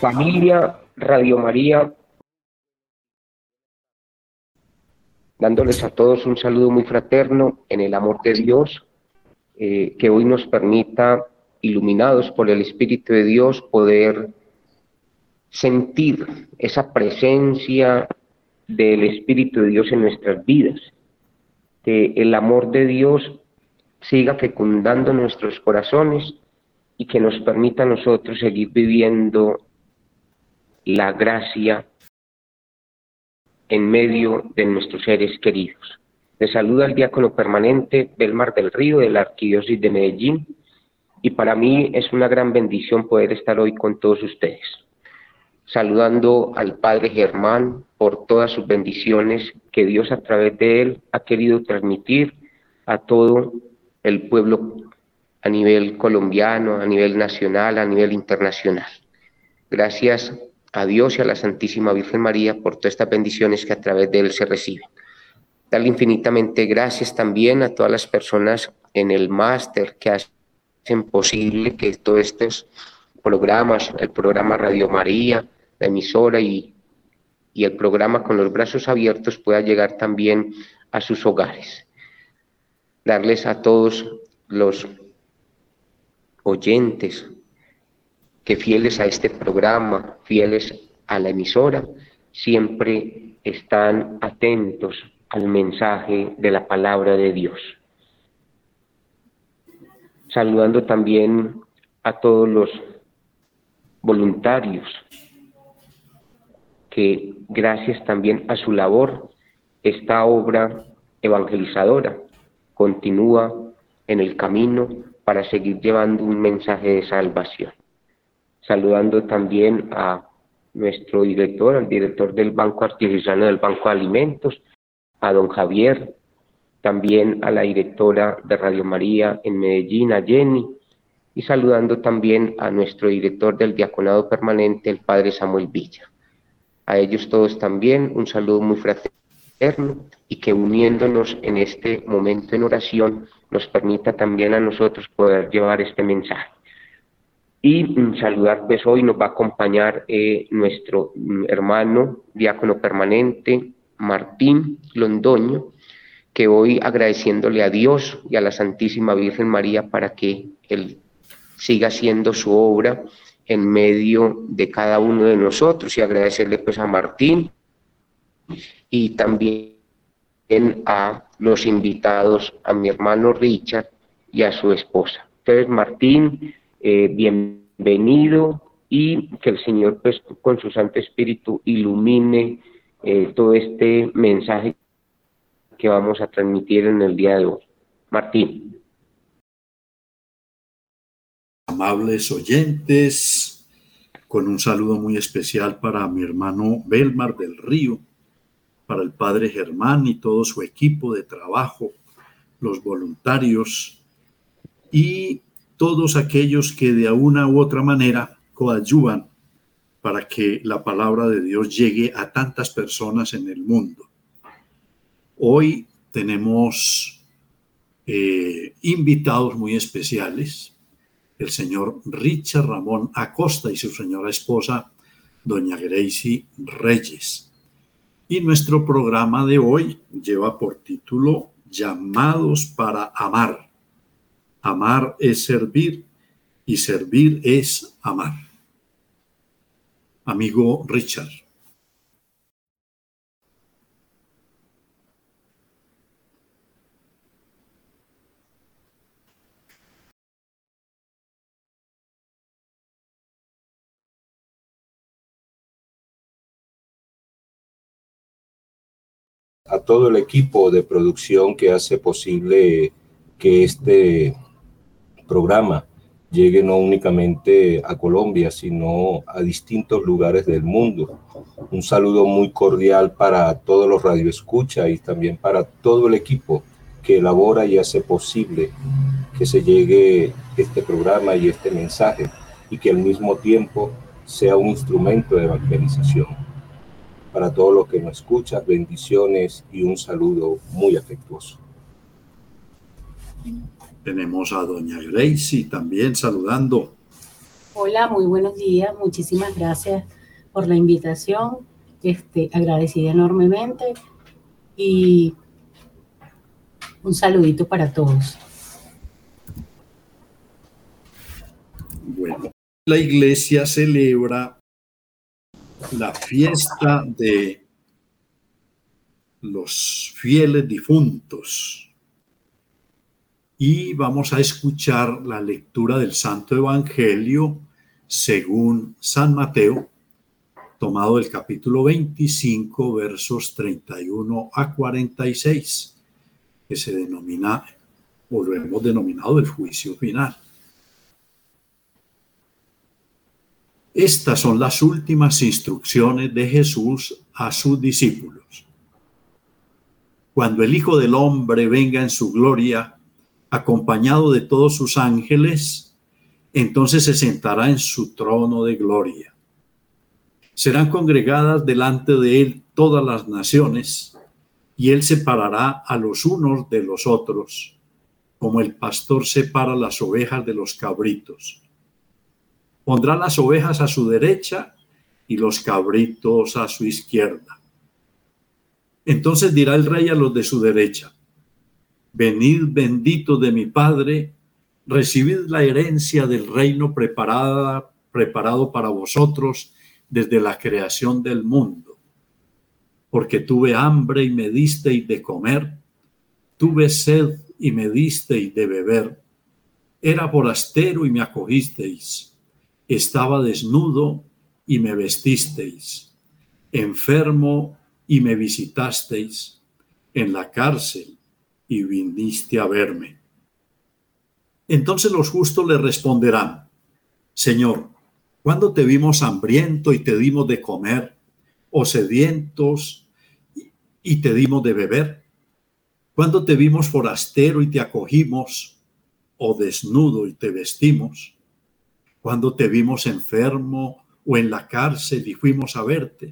Familia Radio María, dándoles a todos un saludo muy fraterno en el amor de Dios, que hoy nos permita, iluminados por el Espíritu de Dios, poder sentir esa presencia del Espíritu de Dios en nuestras vidas, que el amor de Dios siga fecundando nuestros corazones y que nos permita a nosotros seguir viviendo la gracia en medio de nuestros seres queridos. Les saluda el diácono permanente Belmar del Río de la Arquidiócesis de Medellín, y para mí es una gran bendición poder estar hoy con todos ustedes. Saludando al Padre Germán por todas sus bendiciones que Dios a través de él ha querido transmitir a todo el pueblo a nivel colombiano, a nivel nacional, a nivel internacional. Gracias a Dios y a la Santísima Virgen María por todas estas bendiciones que a través de él se reciben. Darle infinitamente gracias también a todas las personas en el máster que hacen posible que todos estos programas, el programa Radio María, la emisora y el programa Con los Brazos Abiertos pueda llegar también a sus hogares. Darles a todos los oyentes que fieles a este programa, fieles a la emisora, siempre están atentos al mensaje de la palabra de Dios. Saludando también a todos los voluntarios que gracias también a su labor, esta obra evangelizadora continúa en el camino para seguir llevando un mensaje de salvación. Saludando también a nuestro director, al director del Banco Artificial del Banco de Alimentos, a don Javier, también a la directora de Radio María en Medellín, a Jenny, y saludando también a nuestro director del Diaconado Permanente, el Padre Samuel Villa. A ellos todos también un saludo muy fraterno y que uniéndonos en este momento en oración nos permita también a nosotros poder llevar este mensaje. Y saludar, pues hoy nos va a acompañar nuestro hermano diácono permanente, Martín Londoño, que hoy agradeciéndole a Dios y a la Santísima Virgen María para que él siga haciendo su obra en medio de cada uno de nosotros, y agradecerle pues a Martín y también a los invitados, a mi hermano Richard y a su esposa. Entonces, Martín, bienvenido, y que el Señor pues con su Santo Espíritu ilumine todo este mensaje que vamos a transmitir en el día de hoy. Martín. Amables oyentes, con un saludo muy especial para mi hermano Belmar del Río, para el Padre Germán y todo su equipo de trabajo, los voluntarios y todos aquellos que de una u otra manera coadyuvan para que la palabra de Dios llegue a tantas personas en el mundo. Hoy tenemos invitados muy especiales, el señor Richard Ramón Acosta y su señora esposa, doña Gracie Reyes. Y nuestro programa de hoy lleva por título Llamados para amar. Amar es servir y servir es amar. Amigo Richard. A todo el equipo de producción que hace posible que este programa llegue no únicamente a Colombia, sino a distintos lugares del mundo. Un saludo muy cordial para todos los radioescuchas y también para todo el equipo que elabora y hace posible que se llegue este programa y este mensaje, y que al mismo tiempo sea un instrumento de evangelización. Para todos los que nos escuchan, bendiciones y un saludo muy afectuoso. Tenemos a doña Gracie también saludando Hola, muy buenos días. Muchísimas gracias por la invitación. Agradecida enormemente y un saludito para todos. Bueno, la iglesia celebra la fiesta de los fieles difuntos y vamos a escuchar la lectura del Santo Evangelio según San Mateo, tomado del capítulo 25, versos 31 a 46, que se denomina, o lo hemos denominado, el juicio final. Estas son las últimas instrucciones de Jesús a sus discípulos. Cuando el Hijo del Hombre venga en su gloria, acompañado de todos sus ángeles, entonces se sentará en su trono de gloria. Serán congregadas delante de él todas las naciones, y él separará a los unos de los otros, como el pastor separa las ovejas de los cabritos. Pondrá las ovejas a su derecha y los cabritos a su izquierda. Entonces dirá el rey a los de su derecha: venid benditos de mi Padre, recibid la herencia del reino preparado para vosotros desde la creación del mundo. Porque tuve hambre y me disteis de comer, tuve sed y me disteis de beber, era forastero y me acogisteis, estaba desnudo y me vestisteis, enfermo y me visitasteis, en la cárcel y viniste a verme. Entonces los justos le responderán: Señor, ¿cuándo te vimos hambriento y te dimos de comer, o sedientos y te dimos de beber? ¿Cuándo te vimos forastero y te acogimos, o desnudo y te vestimos? ¿Cuándo te vimos enfermo o en la cárcel y fuimos a verte?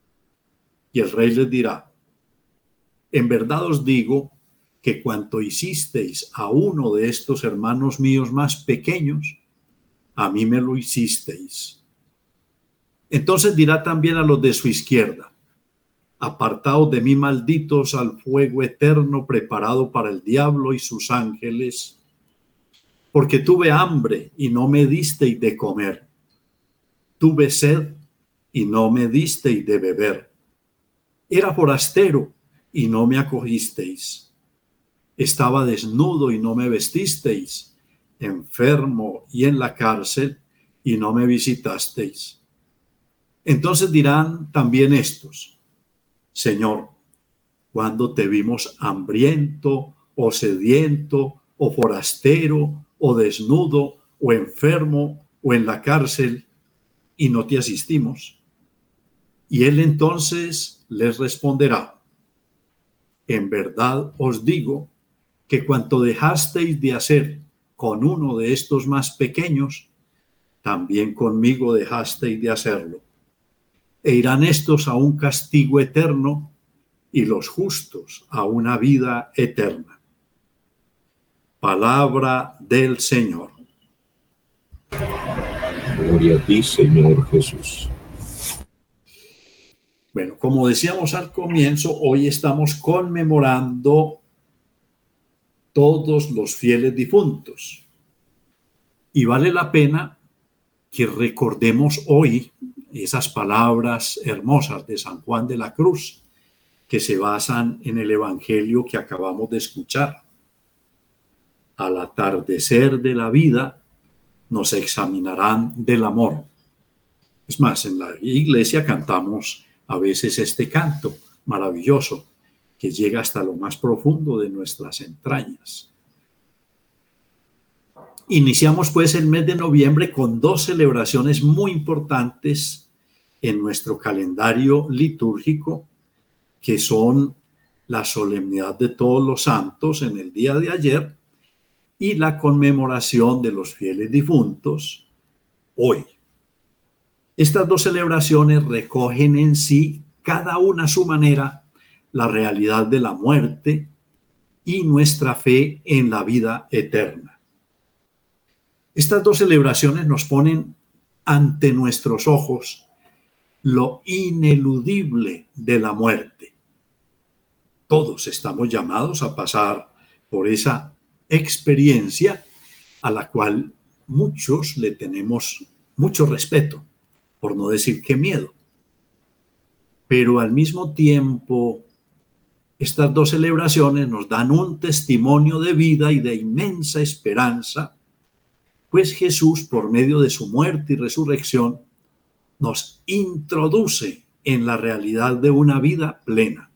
Y el rey les dirá: en verdad os digo que cuanto hicisteis a uno de estos hermanos míos más pequeños, a mí me lo hicisteis. Entonces dirá también a los de su izquierda: apartaos de mí, malditos, al fuego eterno preparado para el diablo y sus ángeles, porque tuve hambre y no me disteis de comer, tuve sed y no me disteis de beber, era forastero y no me acogisteis, estaba desnudo y no me vestisteis, enfermo y en la cárcel y no me visitasteis. Entonces dirán también estos: Señor, ¿cuándo te vimos hambriento o sediento o forastero o desnudo o enfermo o en la cárcel y no te asistimos? Y él entonces les responderá: en verdad os digo que cuanto dejasteis de hacer con uno de estos más pequeños, también conmigo dejasteis de hacerlo. E irán estos a un castigo eterno y los justos a una vida eterna. Palabra del Señor. Gloria a ti, Señor Jesús. Bueno, como decíamos al comienzo, hoy estamos conmemorando todos los fieles difuntos. Y vale la pena que recordemos hoy esas palabras hermosas de San Juan de la Cruz, que se basan en el Evangelio que acabamos de escuchar. Al atardecer de la vida nos examinarán del amor. Es más, en la iglesia cantamos a veces este canto maravilloso que llega hasta lo más profundo de nuestras entrañas. Iniciamos pues el mes de noviembre con dos celebraciones muy importantes en nuestro calendario litúrgico, que son la solemnidad de todos los santos en el día de ayer y la conmemoración de los fieles difuntos hoy. Estas dos celebraciones recogen en sí, cada una a su manera, la realidad de la muerte y nuestra fe en la vida eterna. Estas dos celebraciones nos ponen ante nuestros ojos lo ineludible de la muerte. Todos estamos llamados a pasar por esa experiencia a la cual muchos le tenemos mucho respeto, por no decir que miedo. Pero al mismo tiempo, estas dos celebraciones nos dan un testimonio de vida y de inmensa esperanza, pues Jesús, por medio de su muerte y resurrección, nos introduce en la realidad de una vida plena.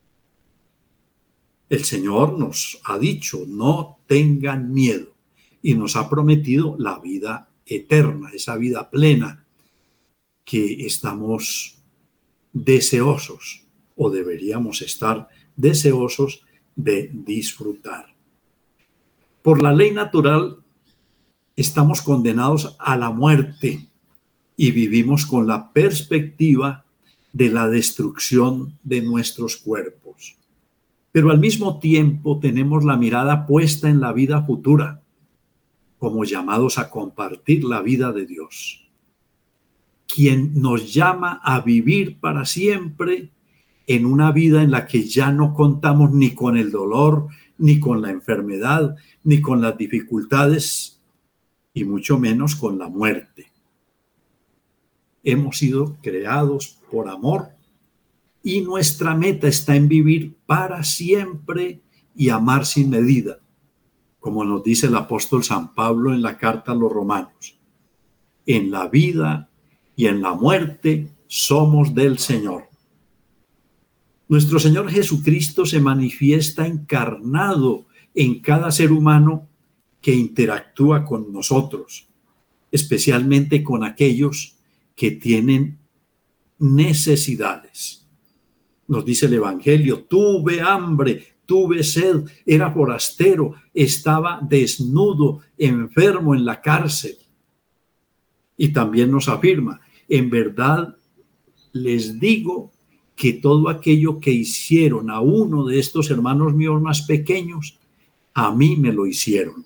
El Señor nos ha dicho, no tengan miedo, y nos ha prometido la vida eterna, esa vida plena que estamos deseosos o deberíamos estar deseosos de disfrutar. Por la ley natural estamos condenados a la muerte y vivimos con la perspectiva de la destrucción de nuestros cuerpos. Pero al mismo tiempo tenemos la mirada puesta en la vida futura, como llamados a compartir la vida de Dios, quien nos llama a vivir para siempre en una vida en la que ya no contamos ni con el dolor, ni con la enfermedad, ni con las dificultades, y mucho menos con la muerte. Hemos sido creados por amor y nuestra meta está en vivir para siempre y amar sin medida, como nos dice el apóstol San Pablo en la carta a los Romanos. En la vida y en la muerte somos del Señor. Nuestro Señor Jesucristo se manifiesta encarnado en cada ser humano que interactúa con nosotros, especialmente con aquellos que tienen necesidades. Nos dice el Evangelio, tuve hambre, tuve sed, era forastero, estaba desnudo, enfermo en la cárcel. Y también nos afirma, en verdad les digo que todo aquello que hicieron a uno de estos hermanos míos más pequeños, a mí me lo hicieron.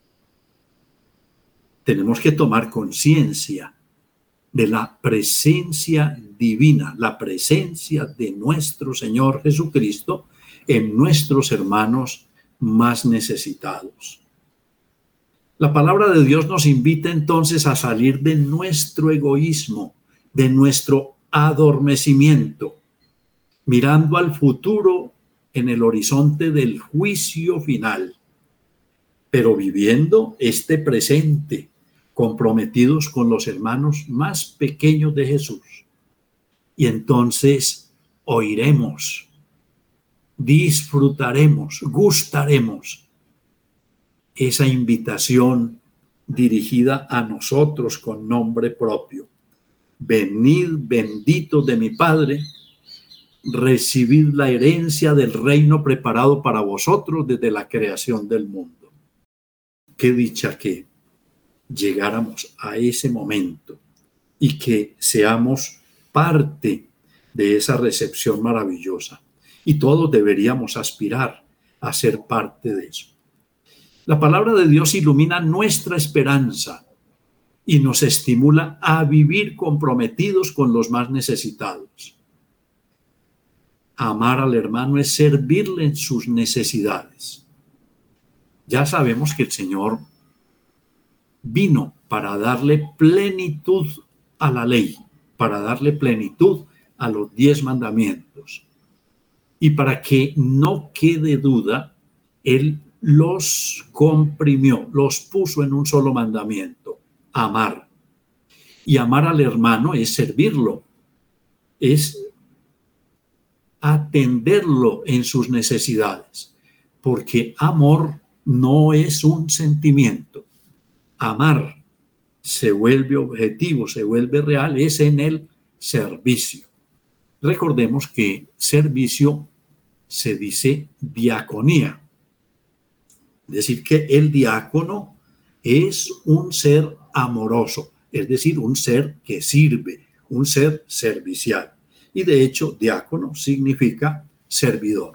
Tenemos que tomar conciencia de la presencia divina, la presencia de nuestro Señor Jesucristo en nuestros hermanos más necesitados. La palabra de Dios nos invita entonces a salir de nuestro egoísmo, de nuestro adormecimiento, mirando al futuro en el horizonte del juicio final, pero viviendo este presente, comprometidos con los hermanos más pequeños de Jesús. Y entonces oiremos, disfrutaremos, gustaremos esa invitación dirigida a nosotros con nombre propio. Venid, benditos de mi Padre, recibid la herencia del reino preparado para vosotros desde la creación del mundo. Qué dicha que llegáramos a ese momento y que seamos parte de esa recepción maravillosa. Y todos deberíamos aspirar a ser parte de eso. La palabra de Dios ilumina nuestra esperanza y nos estimula a vivir comprometidos con los más necesitados. Amar al hermano es servirle en sus necesidades. Ya sabemos que el Señor vino para darle plenitud a la ley, para darle plenitud a los 10 mandamientos. Y para que no quede duda, Él los comprimió, los puso en un solo mandamiento, amar. Y amar al hermano es servirlo, es atenderlo en sus necesidades, porque amor no es un sentimiento. Amar se vuelve objetivo, se vuelve real, es en el servicio. Recordemos que servicio se dice diaconía. Es decir, que el diácono es un ser amoroso, es decir, un ser que sirve, un ser servicial. Y de hecho, diácono significa servidor.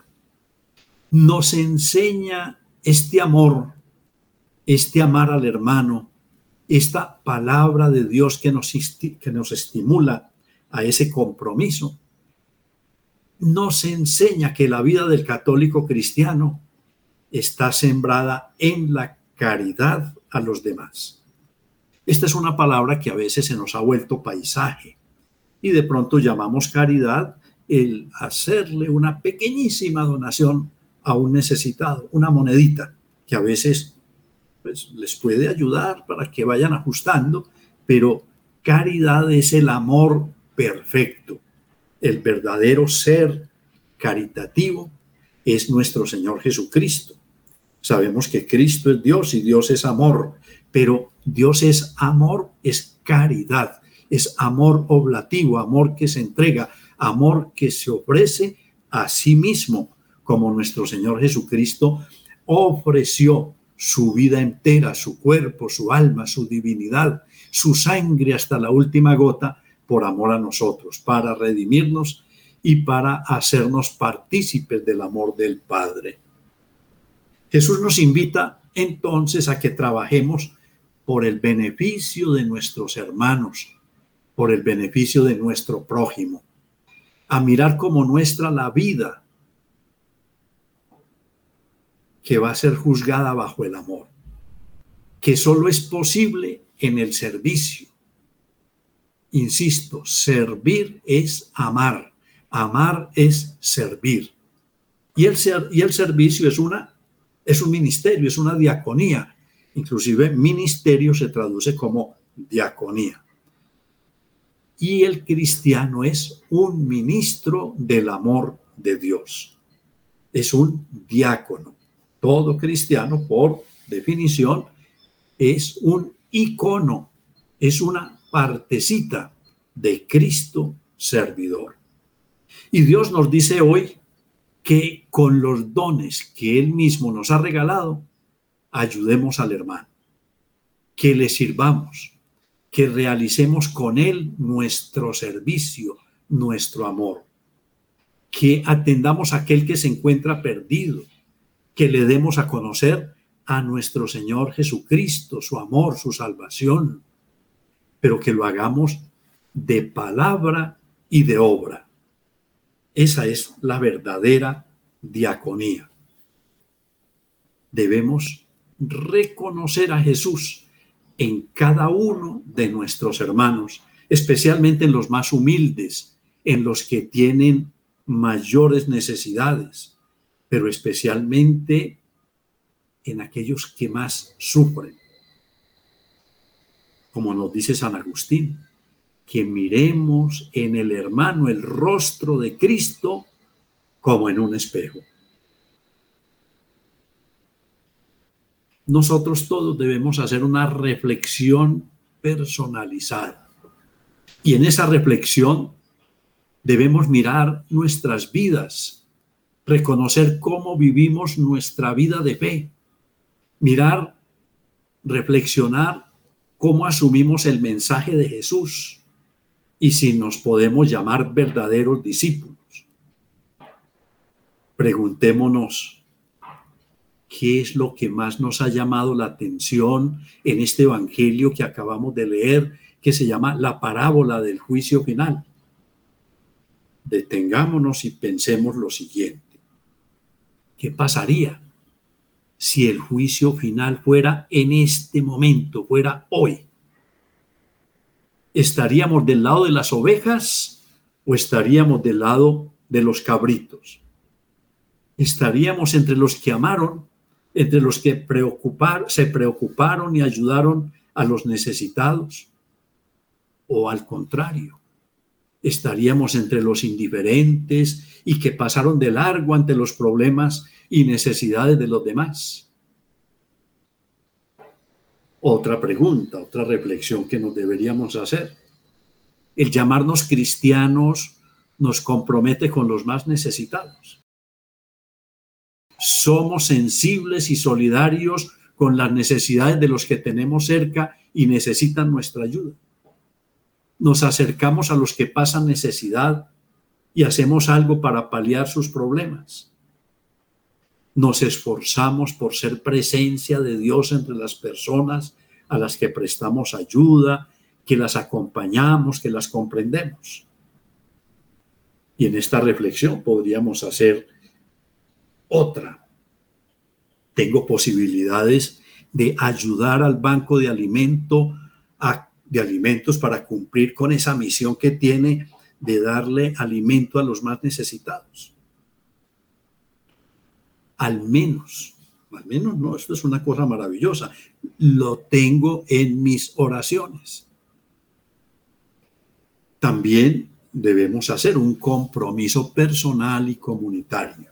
Nos enseña este amor, este amar al hermano, esta palabra de Dios que nos estimula a ese compromiso, nos enseña que la vida del católico cristiano está sembrada en la caridad a los demás. Esta es una palabra que a veces se nos ha vuelto paisaje y de pronto llamamos caridad el hacerle una pequeñísima donación a un necesitado, una monedita que a veces pues, les puede ayudar para que vayan ajustando, pero caridad es el amor perfecto. El verdadero ser caritativo es nuestro Señor Jesucristo. Sabemos que Cristo es Dios y Dios es amor, pero Dios es amor, es caridad, es amor oblativo, amor que se entrega, amor que se ofrece a sí mismo, como nuestro Señor Jesucristo ofreció su vida entera, su cuerpo, su alma, su divinidad, su sangre hasta la última gota por amor a nosotros, para redimirnos y para hacernos partícipes del amor del Padre. Jesús nos invita entonces a que trabajemos por el beneficio de nuestros hermanos, por el beneficio de nuestro prójimo, a mirar como nuestra la vida que va a ser juzgada bajo el amor, que solo es posible en el servicio. Insisto, servir es amar, amar es servir. Y el servicio es un ministerio, es una diaconía. Inclusive ministerio se traduce como diaconía. Y el cristiano es un ministro del amor de Dios. Es un diácono. Todo cristiano, por definición, es un icono, es una partecita de Cristo servidor. Y Dios nos dice hoy que con los dones que Él mismo nos ha regalado, ayudemos al hermano, que le sirvamos, que realicemos con Él nuestro servicio, nuestro amor, que atendamos a aquel que se encuentra perdido, que le demos a conocer a nuestro Señor Jesucristo, su amor, su salvación, pero que lo hagamos de palabra y de obra. Esa es la verdadera diaconía. Debemos reconocer a Jesús en cada uno de nuestros hermanos, especialmente en los más humildes, en los que tienen mayores necesidades, pero especialmente en aquellos que más sufren. Como nos dice San Agustín, que miremos en el hermano el rostro de Cristo como en un espejo. Nosotros todos debemos hacer una reflexión personalizada. Y en esa reflexión debemos mirar nuestras vidas, reconocer cómo vivimos nuestra vida de fe, mirar, reflexionar cómo asumimos el mensaje de Jesús y si nos podemos llamar verdaderos discípulos. Preguntémonos, ¿qué es lo que más nos ha llamado la atención en este evangelio que acabamos de leer, que se llama la parábola del juicio final? Detengámonos y pensemos lo siguiente. ¿Qué pasaría si el juicio final fuera en este momento, fuera hoy? ¿Estaríamos del lado de las ovejas o estaríamos del lado de los cabritos? ¿Estaríamos entre los que amaron, entre los que se preocuparon y ayudaron a los necesitados? ¿O al contrario? ¿Estaríamos entre los indiferentes y que pasaron de largo ante los problemas y necesidades de los demás? Otra pregunta, otra reflexión que nos deberíamos hacer. El llamarnos cristianos nos compromete con los más necesitados. Somos sensibles y solidarios con las necesidades de los que tenemos cerca y necesitan nuestra ayuda. Nos acercamos a los que pasan necesidad y hacemos algo para paliar sus problemas. Nos esforzamos por ser presencia de Dios entre las personas a las que prestamos ayuda, que las acompañamos, que las comprendemos. Y en esta reflexión podríamos hacer otra. Tengo posibilidades de ayudar al banco de alimentos para cumplir con esa misión que tiene de darle alimento a los más necesitados. Al menos no, esto es una cosa maravillosa, lo tengo en mis oraciones. También debemos hacer un compromiso personal y comunitario.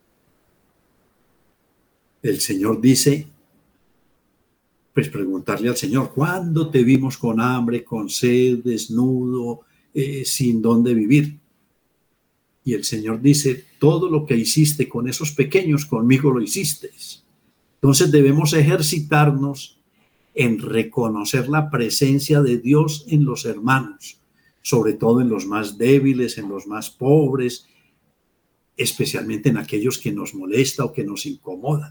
El Señor dice, pues preguntarle al Señor, ¿cuándo te vimos con hambre, con sed, desnudo, sin dónde vivir? Y el Señor dice, todo lo que hiciste con esos pequeños, conmigo lo hiciste. Entonces debemos ejercitarnos en reconocer la presencia de Dios en los hermanos, sobre todo en los más débiles, en los más pobres, especialmente en aquellos que nos molesta o que nos incomodan.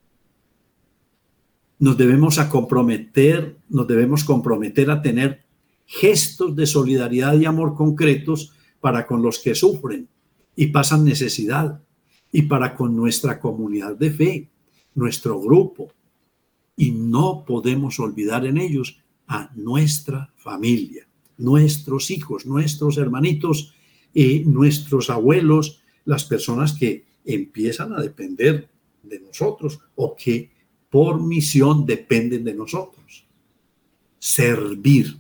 Nos debemos comprometer a tener gestos de solidaridad y amor concretos para con los que sufren y pasan necesidad, y para con nuestra comunidad de fe, nuestro grupo. Y no podemos olvidar en ellos a nuestra familia, nuestros hijos, nuestros hermanitos, nuestros abuelos, las personas que empiezan a depender de nosotros o que por misión dependen de nosotros. Servir.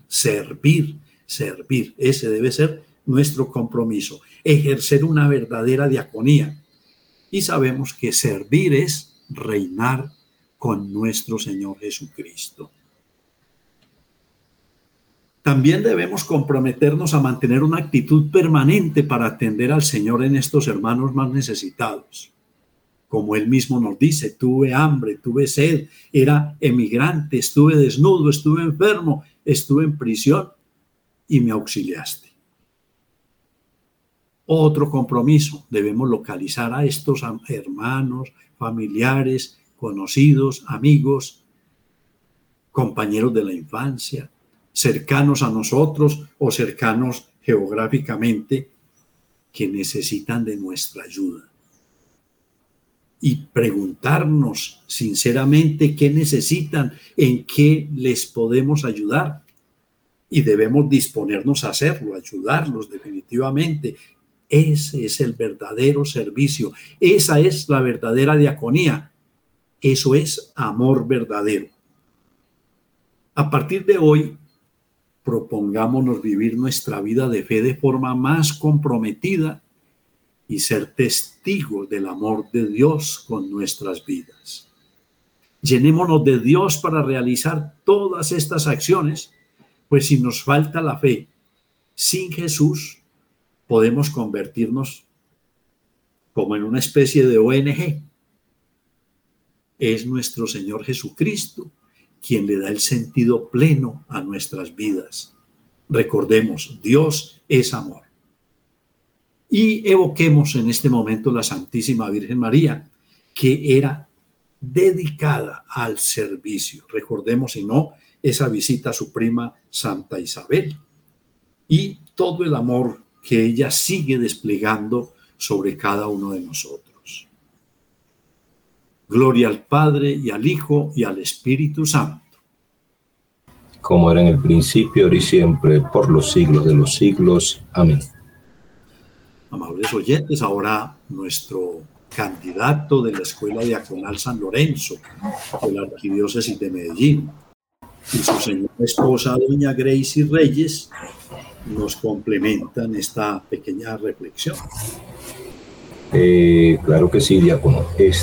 Ese debe ser nuestro compromiso. Ejercer una verdadera diaconía. Y sabemos que servir es reinar con nuestro Señor Jesucristo. También debemos comprometernos a mantener una actitud permanente para atender al Señor en estos hermanos más necesitados. Como Él mismo nos dice, tuve hambre, tuve sed, era emigrante, estuve desnudo, estuve enfermo, estuve en prisión y me auxiliaste. Otro compromiso, debemos localizar a estos hermanos, familiares, conocidos, amigos, compañeros de la infancia, cercanos a nosotros o cercanos geográficamente, que necesitan de nuestra ayuda. Y preguntarnos sinceramente qué necesitan, en qué les podemos ayudar. Y debemos disponernos a hacerlo, ayudarlos definitivamente. Ese es el verdadero servicio. Esa es la verdadera diaconía. Eso es amor verdadero. A partir de hoy, propongámonos vivir nuestra vida de fe de forma más comprometida y ser testigos del amor de Dios con nuestras vidas. Llenémonos de Dios para realizar todas estas acciones, pues si nos falta la fe, sin Jesús podemos convertirnos como en una especie de ONG. Es nuestro Señor Jesucristo quien le da el sentido pleno a nuestras vidas. Recordemos, Dios es amor. Y evoquemos en este momento la Santísima Virgen María, que era dedicada al servicio. Recordemos, si no, esa visita a su prima Santa Isabel y todo el amor que ella sigue desplegando sobre cada uno de nosotros. Gloria al Padre y al Hijo y al Espíritu Santo. Como era en el principio, ahora y siempre, por los siglos de los siglos. Amén. Amables oyentes, ahora nuestro candidato de la Escuela Diaconal San Lorenzo de la Arquidiócesis de Medellín y su señora esposa, doña Gracie Reyes, nos complementan esta pequeña reflexión. Claro que sí, diácono.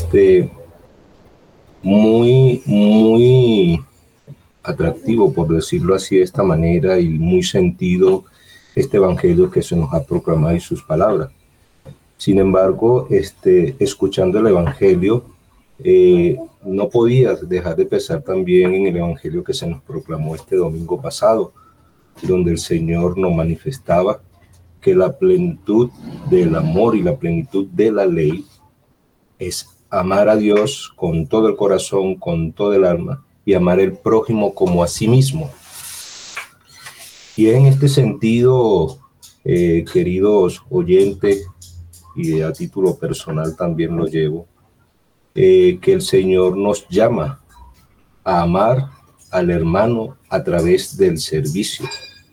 Muy atractivo, por decirlo así de esta manera, y muy sentido este evangelio que se nos ha proclamado y sus palabras. Sin embargo, escuchando el evangelio, no podía dejar de pensar también en el evangelio que se nos proclamó este domingo pasado, donde el Señor nos manifestaba que la plenitud del amor y la plenitud de la ley es amar a Dios con todo el corazón, con todo el alma y amar al prójimo como a sí mismo. Y en este sentido, queridos oyentes, y a título personal también lo llevo, que el Señor nos llama a amar al hermano a través del servicio.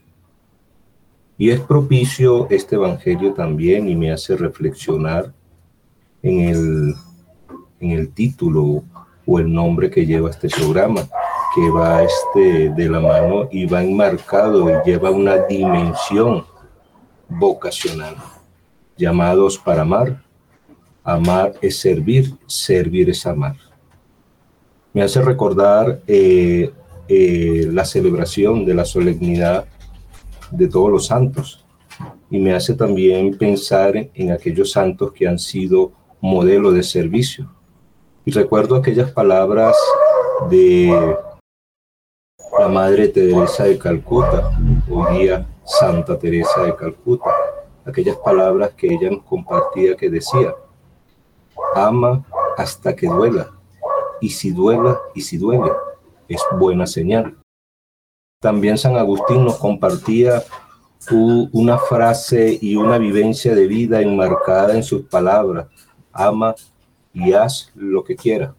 Y es propicio este evangelio también, y me hace reflexionar en el título o el nombre que lleva este programa, que va de la mano y va enmarcado y lleva una dimensión vocacional. Llamados para amar. Amar es servir, servir es amar. Me hace recordar la celebración de la solemnidad de todos los santos, y me hace también pensar en aquellos santos que han sido modelo de servicio. Y recuerdo aquellas palabras de la Madre Teresa de Calcuta, hoy día Santa Teresa de Calcuta, aquellas palabras que ella nos compartía, que decía: ama hasta que duela, y si duele, es buena señal. También San Agustín nos compartía una frase y una vivencia de vida enmarcada en sus palabras: ama y haz lo que quieras.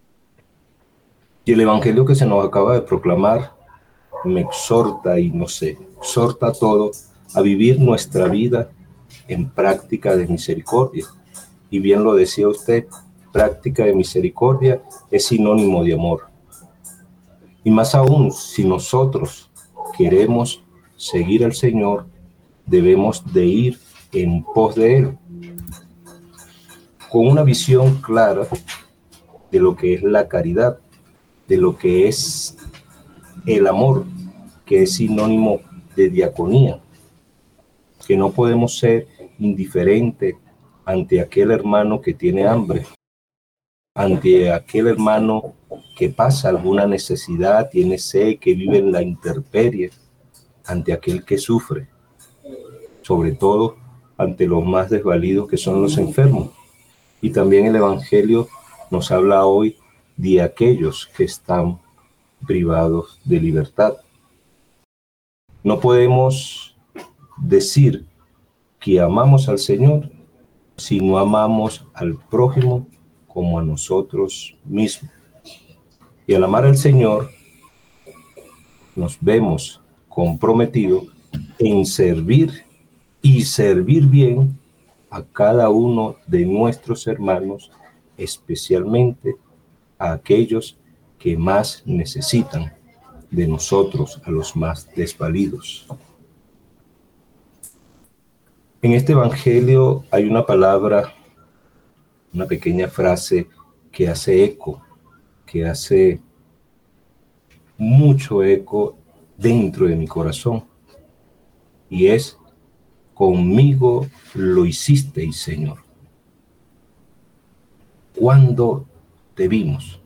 Y el evangelio que se nos acaba de proclamar me exhorta, y exhorta a todos a vivir nuestra vida en práctica de misericordia. Y bien lo decía usted, práctica de misericordia es sinónimo de amor. Y más aún, si nosotros queremos seguir al Señor, debemos de ir en pos de Él, con una visión clara de lo que es la caridad, de lo que es el amor, que es sinónimo de diaconía, que no podemos ser indiferentes ante aquel hermano que tiene hambre, ante aquel hermano que pasa alguna necesidad, tiene sed, que vive en la intemperie, ante aquel que sufre, sobre todo ante los más desvalidos, que son los enfermos. Y también el evangelio nos habla hoy de aquellos que están privados de libertad. No podemos decir que amamos al Señor si no amamos al prójimo como a nosotros mismos. Y al amar al Señor, nos vemos comprometidos en servir, y servir bien a cada uno de nuestros hermanos, especialmente a aquellos que más necesitan de nosotros, a los más desvalidos. En este evangelio hay una palabra, una pequeña frase que hace eco, que hace mucho eco dentro de mi corazón, y es: conmigo lo hicisteis, Señor. ¿Cuándo te vimos?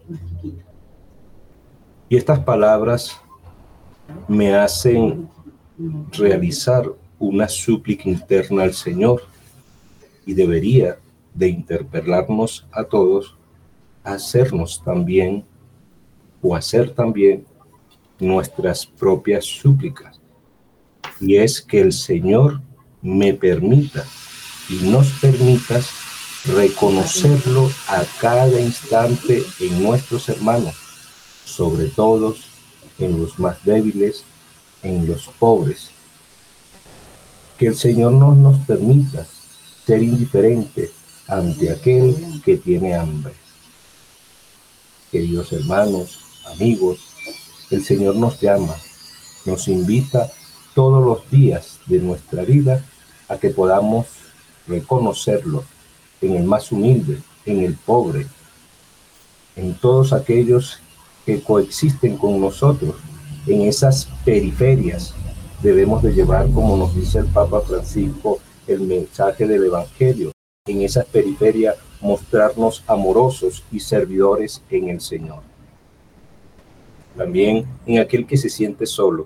Y estas palabras me hacen realizar una súplica interna al Señor, y debería de interpelarnos a todos a hacernos también, o hacer también, nuestras propias súplicas. Y es que el Señor me permita y nos permita reconocerlo a cada instante en nuestros hermanos, sobre todo en los más débiles, en los pobres. Que el Señor no nos permita ser indiferentes ante aquel que tiene hambre. Queridos hermanos, amigos, el Señor nos llama, nos invita todos los días de nuestra vida a que podamos reconocerlo en el más humilde, en el pobre, en todos aquellos que coexisten con nosotros, en esas periferias. Debemos de llevar, como nos dice el Papa Francisco, el mensaje del Evangelio. En esas periferias mostrarnos amorosos y servidores en el Señor. También en aquel que se siente solo,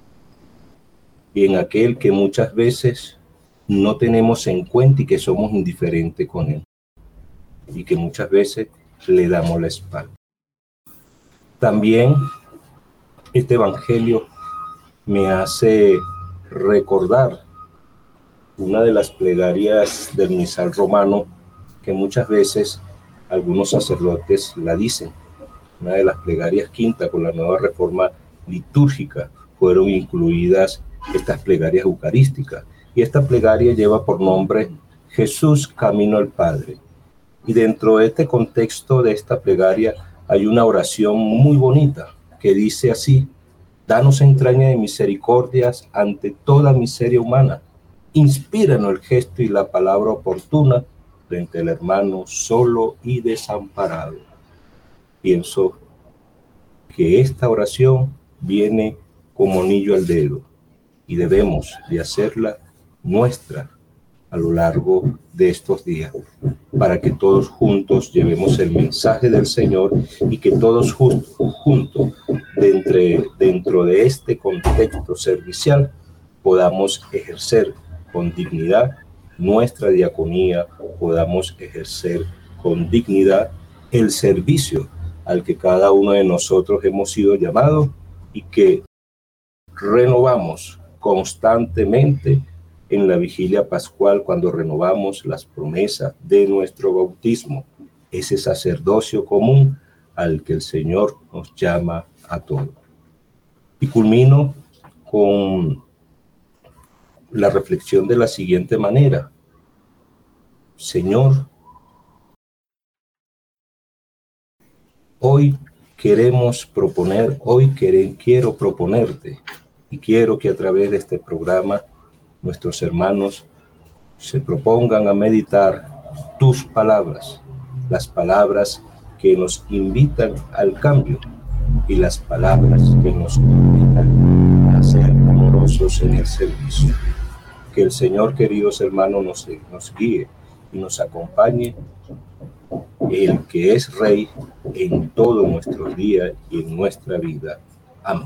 y en aquel que muchas veces no tenemos en cuenta y que somos indiferentes con él, y que muchas veces le damos la espalda. También este evangelio me hace recordar una de las plegarias del misal romano que muchas veces algunos sacerdotes la dicen. Una de las plegarias quinta con la nueva reforma litúrgica fueron incluidas estas plegarias eucarísticas. Y esta plegaria lleva por nombre Jesús, camino al Padre. Y dentro de este contexto de esta plegaria hay una oración muy bonita que dice así: danos entraña de misericordias ante toda miseria humana. Inspíranos el gesto y la palabra oportuna frente al hermano solo y desamparado. Pienso que esta oración viene como anillo al dedo y debemos de hacerla nuestra a lo largo de estos días, para que todos juntos llevemos el mensaje del Señor y que todos juntos, dentro de este contexto servicial, podamos ejercer con dignidad nuestra diaconía, podamos ejercer con dignidad el servicio al que cada uno de nosotros hemos sido llamados y que renovamos constantemente en la vigilia pascual, cuando renovamos las promesas de nuestro bautismo, ese sacerdocio común al que el Señor nos llama a todos. Y culmino con la reflexión de la siguiente manera: Señor, hoy quiero proponerte, y quiero que a través de este programa nuestros hermanos se propongan a meditar tus palabras, las palabras que nos invitan al cambio y las palabras que nos invitan a ser amorosos en el servicio. Que el Señor, queridos hermanos, nos guíe y nos acompañe, el que es Rey en todos nuestros días y en nuestra vida. Amén.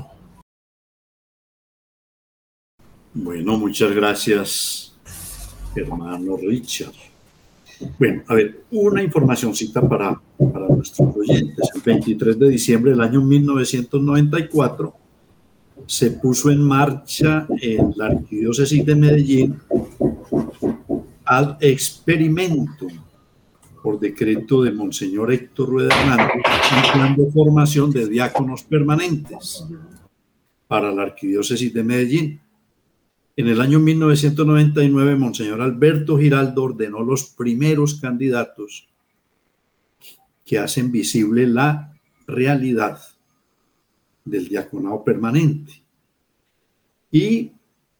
Bueno, muchas gracias, hermano Richard. Bueno, a ver, una informacioncita para nuestros oyentes. El 23 de diciembre del año 1994 se puso en marcha en la Arquidiócesis de Medellín ad experimentum, por decreto de Monseñor Héctor Rueda Hernández, un plan de formación de diáconos permanentes para la Arquidiócesis de Medellín. En el año 1999, Monseñor Alberto Giraldo ordenó los primeros candidatos que hacen visible la realidad del diaconado permanente. Y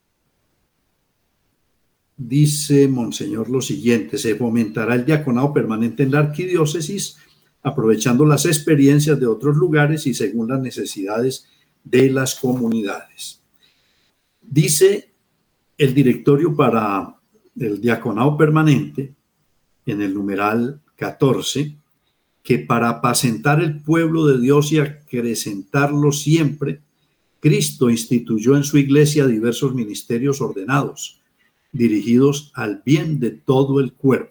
dice Monseñor lo siguiente: se fomentará el diaconado permanente en la arquidiócesis, aprovechando las experiencias de otros lugares y según las necesidades de las comunidades. Dice el directorio para el diaconado permanente, en el numeral 14, que para apacentar el pueblo de Dios y acrecentarlo siempre, Cristo instituyó en su iglesia diversos ministerios ordenados, dirigidos al bien de todo el cuerpo.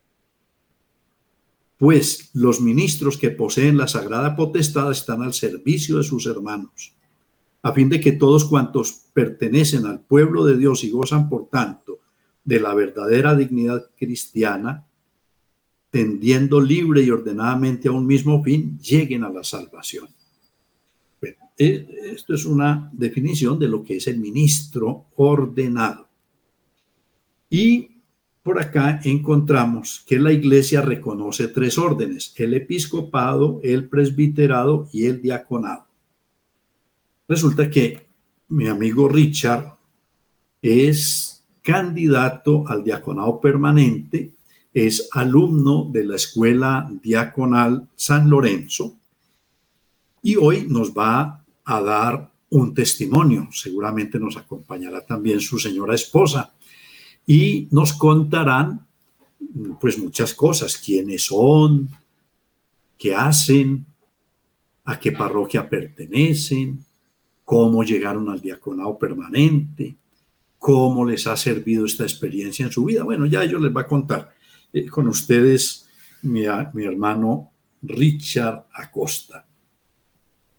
Pues los ministros que poseen la sagrada potestad están al servicio de sus hermanos, a fin de que todos cuantos pertenecen al pueblo de Dios y gozan, por tanto, de la verdadera dignidad cristiana, tendiendo libre y ordenadamente a un mismo fin, lleguen a la salvación. Bueno, esto es una definición de lo que es el ministro ordenado. Y por acá encontramos que la Iglesia reconoce tres órdenes: el episcopado, el presbiterado y el diaconado. Resulta que mi amigo Richard es candidato al diaconado permanente, es alumno de la Escuela Diaconal San Lorenzo y hoy nos va a dar un testimonio. Seguramente nos acompañará también su señora esposa y nos contarán pues muchas cosas: quiénes son, qué hacen, a qué parroquia pertenecen, cómo llegaron al diaconado permanente, cómo les ha servido esta experiencia en su vida. Bueno, ya ellos les va a contar. Con ustedes, mi hermano Richard Acosta.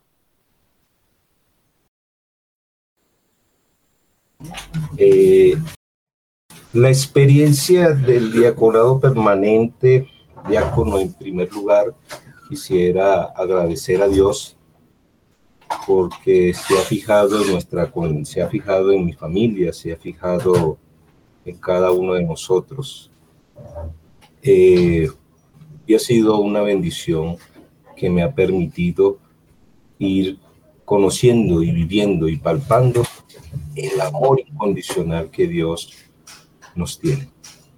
La experiencia del diaconado permanente, diácono, en primer lugar, quisiera agradecer a Dios porque se ha fijado se ha fijado en mi familia, se ha fijado en cada uno de nosotros. Y ha sido una bendición que me ha permitido ir conociendo y viviendo y palpando el amor incondicional que Dios nos tiene.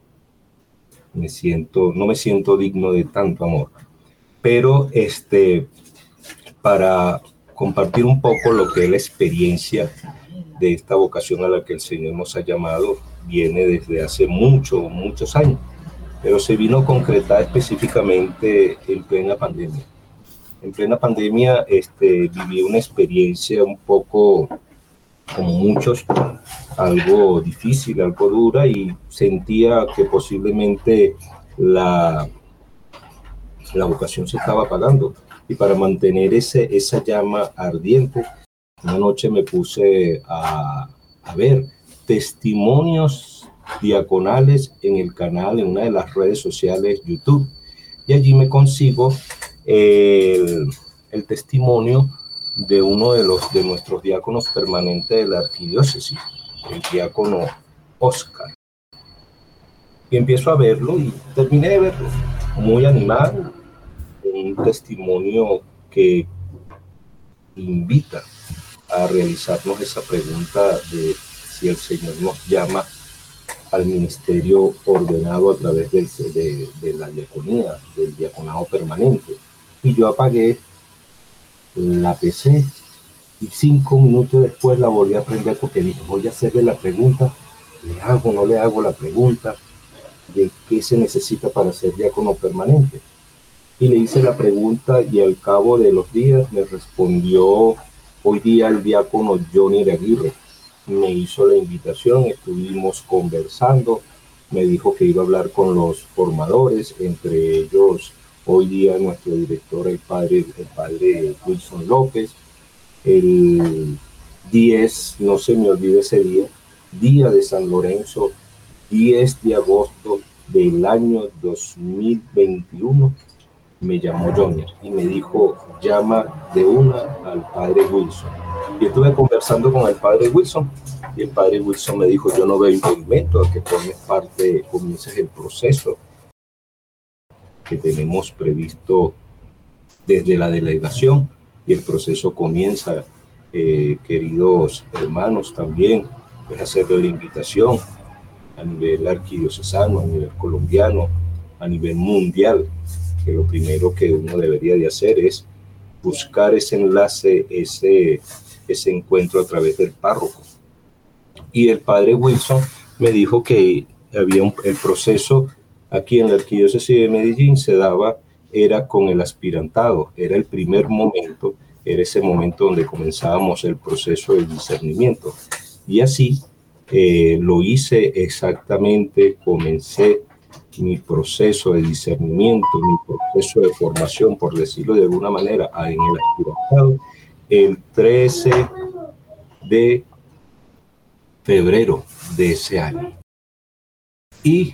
No me siento digno de tanto amor, pero para compartir un poco lo que es la experiencia de esta vocación a la que el Señor nos ha llamado, viene desde hace muchos años, pero se vino a concretar específicamente en plena pandemia. En plena pandemia viví una experiencia un poco, como muchos, algo difícil, algo dura, y sentía que posiblemente la vocación se estaba apagando. Y para mantener esa llama ardiente, una noche me puse a ver testimonios diaconales en el canal, en una de las redes sociales, YouTube, y allí me consigo el testimonio de uno de nuestros diáconos permanentes de la arquidiócesis, el diácono Oscar. Y empiezo a verlo y terminé de verlo muy animado, un testimonio que invita a realizarnos esa pregunta de si el Señor nos llama al ministerio ordenado a través de la diaconía, del diaconado permanente. Y yo apagué la PC y 5 minutos después la volví a prender porque dije, voy a hacerle la pregunta, ¿le hago o no le hago la pregunta de qué se necesita para ser diácono permanente? Y le hice la pregunta y al cabo de los días me respondió hoy día el diácono Johnny Aguirre. Me hizo la invitación, estuvimos conversando, me dijo que iba a hablar con los formadores, entre ellos hoy día nuestro director, el padre Wilson López. El 10, no se me olvide ese día de San Lorenzo, 10 de agosto del año 2021, me llamó Johnny y me dijo, llama de una al padre Wilson. Y estuve conversando con el padre Wilson y el padre Wilson me dijo, yo no veo impedimento a que comiences el proceso que tenemos previsto desde la delegación, y el proceso comienza, queridos hermanos, también es hacerle la invitación a nivel arquidiocesano, a nivel colombiano, a nivel mundial, que lo primero que uno debería de hacer es buscar ese enlace, ese encuentro a través del párroco. Y el padre Wilson me dijo que había el proceso aquí en la arquidiócesis de Medellín era con el aspirantado, era el primer momento, era ese momento donde comenzábamos el proceso de discernimiento. Y así lo hice exactamente, comencé mi proceso de discernimiento, mi proceso de formación, por decirlo de alguna manera, en el aspirantado, el 13 de febrero de ese año. Y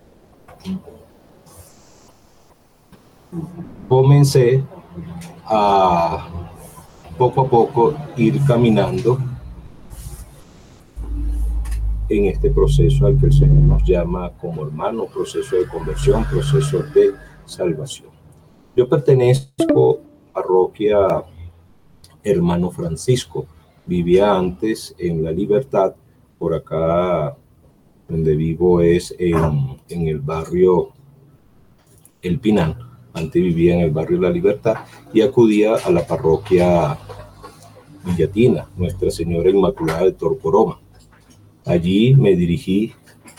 comencé a poco a poco ir caminando en este proceso al que el Señor nos llama como hermano, proceso de conversión, proceso de salvación. Yo pertenezco a parroquia Hermano Francisco. Vivía antes en La Libertad, por acá donde vivo es en el barrio El Pinal. Antes vivía en el barrio La Libertad y acudía a la parroquia Villatina, Nuestra Señora Inmaculada de Torcoroma. Allí me dirigí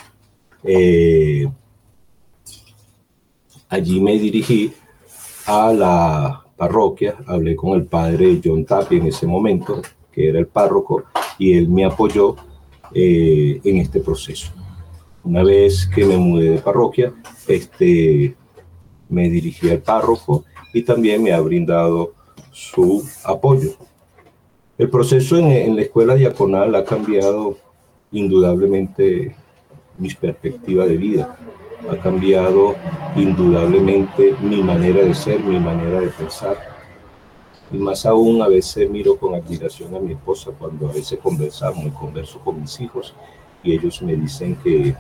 a la parroquia, hablé con el padre John Tapia en ese momento, que era el párroco, y él me apoyó en este proceso. Una vez que me mudé de parroquia, me dirigí al párroco y también me ha brindado su apoyo. El proceso en la escuela diaconal ha cambiado indudablemente mis perspectivas de vida, ha cambiado indudablemente mi manera de ser, mi manera de pensar. Y más aún, a veces miro con admiración a mi esposa cuando a veces conversamos y converso con mis hijos y ellos me dicen que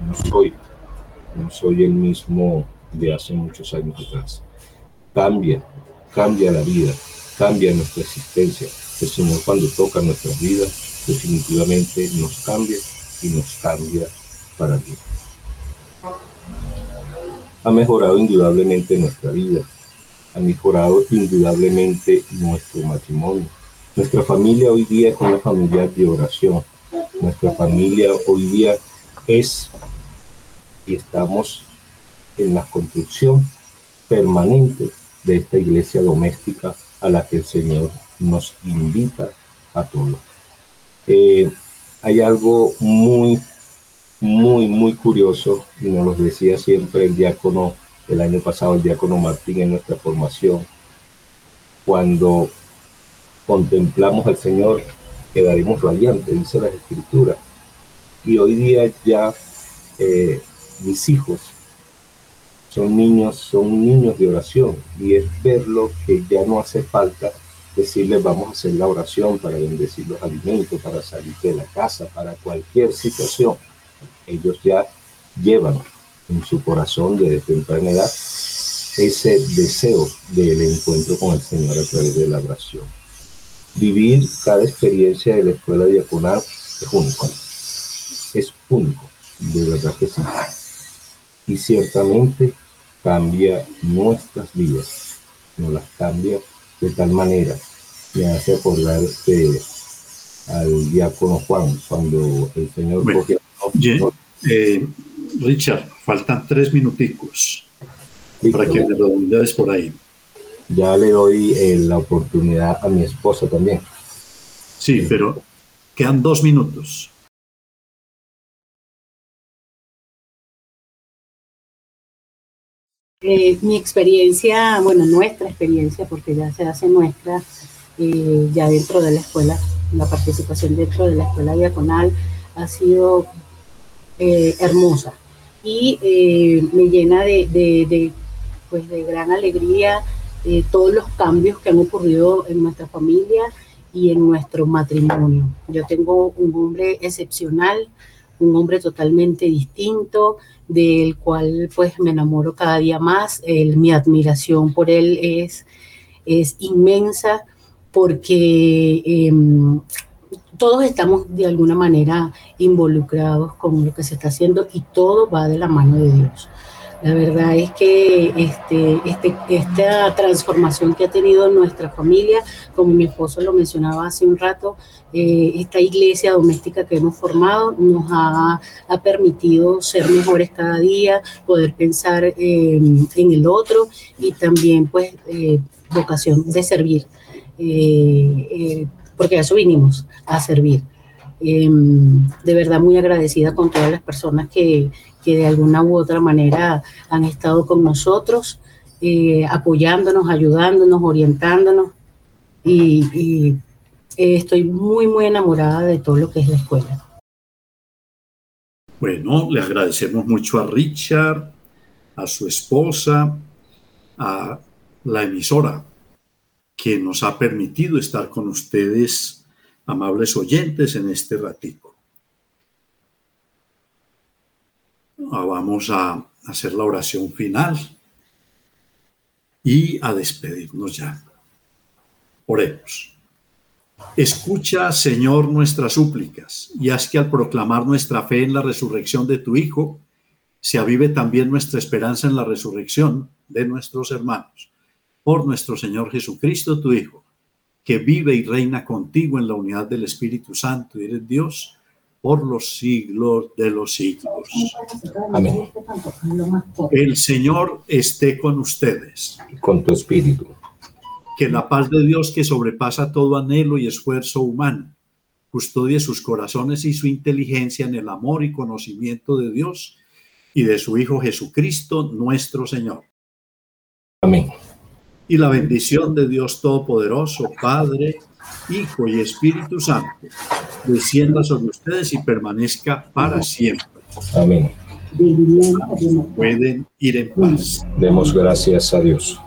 no soy el mismo de hace muchos años atrás. Cambia la vida, cambia nuestra existencia. El Señor, cuando toca nuestras vidas, definitivamente nos cambia y nos cambia para bien. Ha mejorado indudablemente nuestra vida, ha mejorado indudablemente nuestro matrimonio. Nuestra familia hoy día es una familia de oración. Nuestra familia hoy día es y estamos en la construcción permanente de esta iglesia doméstica a la que el Señor nos invita a todos. Hay algo muy curioso, y nos lo decía siempre el diácono, el año pasado el diácono Martín en nuestra formación: cuando contemplamos al Señor quedaremos radiantes, dice la Escritura. Y hoy día ya mis hijos son niños de oración, y es verlo que ya no hace falta decirles vamos a hacer la oración para bendecir los alimentos, para salir de la casa, para cualquier situación. Ellos ya llevan en su corazón desde temprana edad ese deseo del encuentro con el Señor a través de la oración. Vivir cada experiencia de la escuela diaconal es único, de verdad que sí. Y ciertamente cambia nuestras vidas, nos las cambia de tal manera. Me hace acordar al diácono Juan, cuando el Señor cogió... Richard, faltan 3 minuticos. Listo, para que me lo des por ahí. Ya le doy la oportunidad a mi esposa también. Sí, pero quedan 2 minutos. Mi experiencia, bueno, nuestra experiencia, porque ya se hace nuestra, ya dentro de la escuela, la participación dentro de la escuela diaconal ha sido hermosa y me llena de gran alegría todos los cambios que han ocurrido en nuestra familia y en nuestro matrimonio. Yo tengo un hombre excepcional, un hombre totalmente distinto, del cual pues me enamoro cada día más. Mi admiración por él es inmensa, porque todos estamos de alguna manera involucrados con lo que se está haciendo y todo va de la mano de Dios. La verdad es que esta transformación que ha tenido nuestra familia, como mi esposo lo mencionaba hace un rato, esta iglesia doméstica que hemos formado nos ha permitido ser mejores cada día, poder pensar en el otro y también pues vocación de servir, porque a eso vinimos, a servir. De verdad muy agradecida con todas las personas que de alguna u otra manera han estado con nosotros, apoyándonos, ayudándonos, orientándonos, y estoy muy enamorada de todo lo que es la escuela. Bueno, le agradecemos mucho a Richard, a su esposa, a la emisora que nos ha permitido estar con ustedes, amables oyentes, en este ratico. Vamos a hacer la oración final y a despedirnos ya. Oremos. Escucha, Señor, nuestras súplicas, y haz que al proclamar nuestra fe en la resurrección de tu Hijo, se avive también nuestra esperanza en la resurrección de nuestros hermanos. Por nuestro Señor Jesucristo, tu Hijo, que vive y reina contigo en la unidad del Espíritu Santo y eres Dios por los siglos de los siglos. Amén. El Señor esté con ustedes. Con tu espíritu. Que la paz de Dios, que sobrepasa todo anhelo y esfuerzo humano, custodie sus corazones y su inteligencia en el amor y conocimiento de Dios y de su Hijo Jesucristo, nuestro Señor. Amén. Y la bendición de Dios Todopoderoso, Padre, Hijo y Espíritu Santo, descienda sobre ustedes y permanezca para siempre. Amén. Pueden ir en paz. Demos gracias a Dios.